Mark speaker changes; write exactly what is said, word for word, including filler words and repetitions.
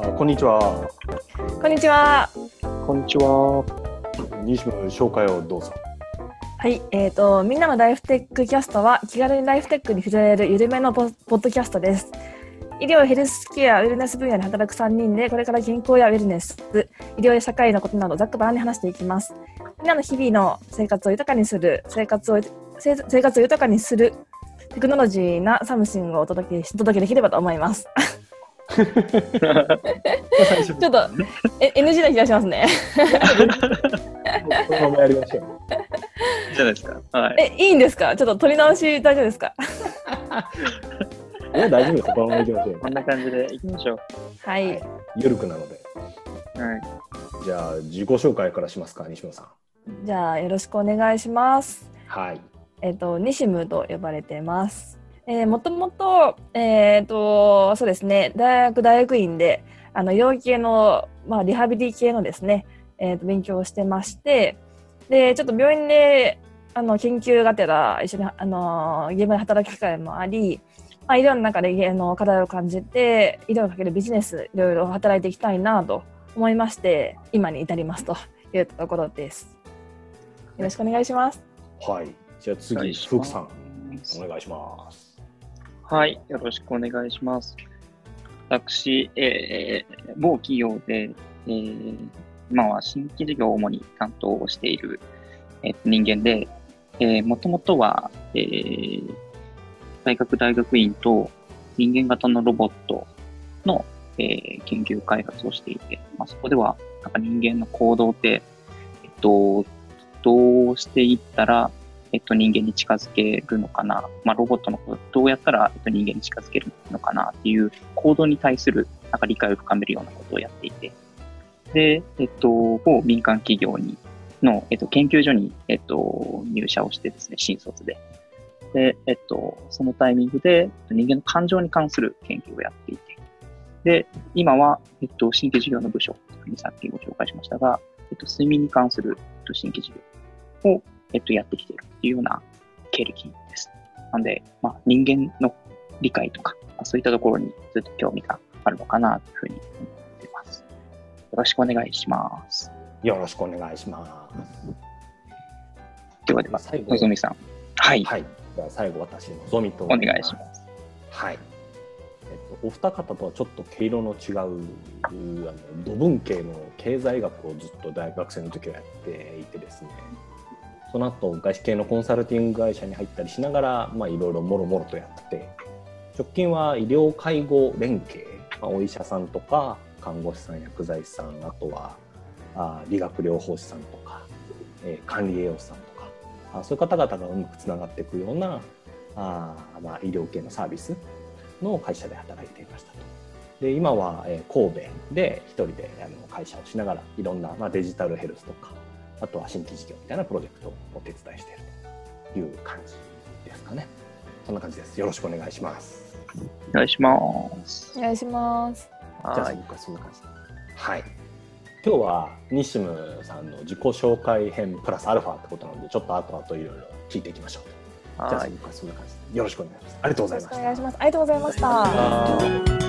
Speaker 1: こんにちは。
Speaker 2: こんにちは。
Speaker 3: こんにちは。
Speaker 1: 西村紹介をどうぞ。
Speaker 2: はい、えーと、みんなのライフテックキャストは気軽にライフテックに触れられる緩めのポ、ポッドキャストです。医療、ヘルスケア、ウェルネス分野で働くさんにんで、これから健康やウェルネス、医療や社会のことなどざっくばらんに話していきます。みんなの日々の生活を豊かにする、生活を生生活を豊かにするテクノロジーなサムシングをお届けお届けできればと思います。ちょっとえ エヌジー な気がしますね。
Speaker 1: このままやりましょう。
Speaker 3: いいじゃないですか。はい。
Speaker 2: え、いいんですか？ちょっと取り直し大丈夫ですか？
Speaker 1: え、大丈夫です。このまま行きましょう。
Speaker 3: こんな感じでいきましょう。
Speaker 2: はい。
Speaker 1: ゆるくなので。
Speaker 3: はい。
Speaker 1: じゃあ自己紹介からしますか、西村さん。
Speaker 2: じゃあよろしくお願いします。
Speaker 1: はい。
Speaker 2: えっと西ムと呼ばれてます。えー、もともとえっとそうですね、大学大学院であの養系のまあリハビリ系のですね、えー、と勉強をしてまして、でちょっと病院であの研究がてら一緒にあの現場で働く機会もあり、まあ、医療の中であの課題を感じて医療をかけるビジネスいろいろ働いていきたいなと思いまして、今に至りますというところです。よろしくお願いします。
Speaker 1: はい。じゃあ次、フクさんお願いします。
Speaker 3: はい。よろしくお願いします。私、えー、某企業で、えー、今は新規事業を主に担当している、えー、人間で、えー、もともとは、えー、大学大学院と人間型のロボットの、えー、研究開発をしていて、まあ、そこではなんか人間の行動って、えっと、どうしていったら、えっと、人間に近づけるのかな、まあ、ロボットのことどうやったら、えっと、人間に近づけるのかなっていう行動に対するなんか理解を深めるようなことをやっていて、で、えっと、某民間企業にの、えっと、研究所に、えっと、入社をしてですね、新卒で。で、えっと、そのタイミングで人間の感情に関する研究をやっていて、で、今は、えっと、新規事業の部署というふうにさっきご紹介しましたが、えっと、睡眠に関する、えっと、新規事業をえっと、やってきているっていうような経歴です。なので、まあ、人間の理解とか、まあ、そういったところにずっと興味があるのかなというふうに思っています。よろしくお願いします。
Speaker 1: よろしくお願いします。
Speaker 3: ではでは、のぞみさん。はい。
Speaker 1: はい。では最後、私、のぞみと
Speaker 3: お願いします。
Speaker 1: はい。えっと、お二方とはちょっと毛色の違う、あの土文系の経済学をずっと大学生の時はやっていてですね、その後外資系のコンサルティング会社に入ったりしながら、まあ、いろいろもろもろとやって、直近は医療介護連携、まあ、お医者さんとか看護師さん、薬剤師さん、あとはあ理学療法士さんとか、えー、管理栄養士さんとか、あそういう方々がうまくつながっていくようなあ、まあ、医療系のサービスの会社で働いていましたと。で今は、えー、神戸で一人であの会社をしながらいろんな、まあ、デジタルヘルスとか、あとは新規事業みたいなプロジェクトをお手伝いしているという感じですかね。そんな感じです。よろしくお願いします。
Speaker 3: お願いします。
Speaker 2: お願いします。
Speaker 1: じゃあ僕はそんな感じで。はい。今日は西村さんの自己紹介編プラスアルファってことなので、ちょっと後々いろいろ聞いていきましょう。じゃあ僕はそんな感じでよろしくお願いします。ありがとうございました。
Speaker 2: よろしくお願いします。ありがとうございました。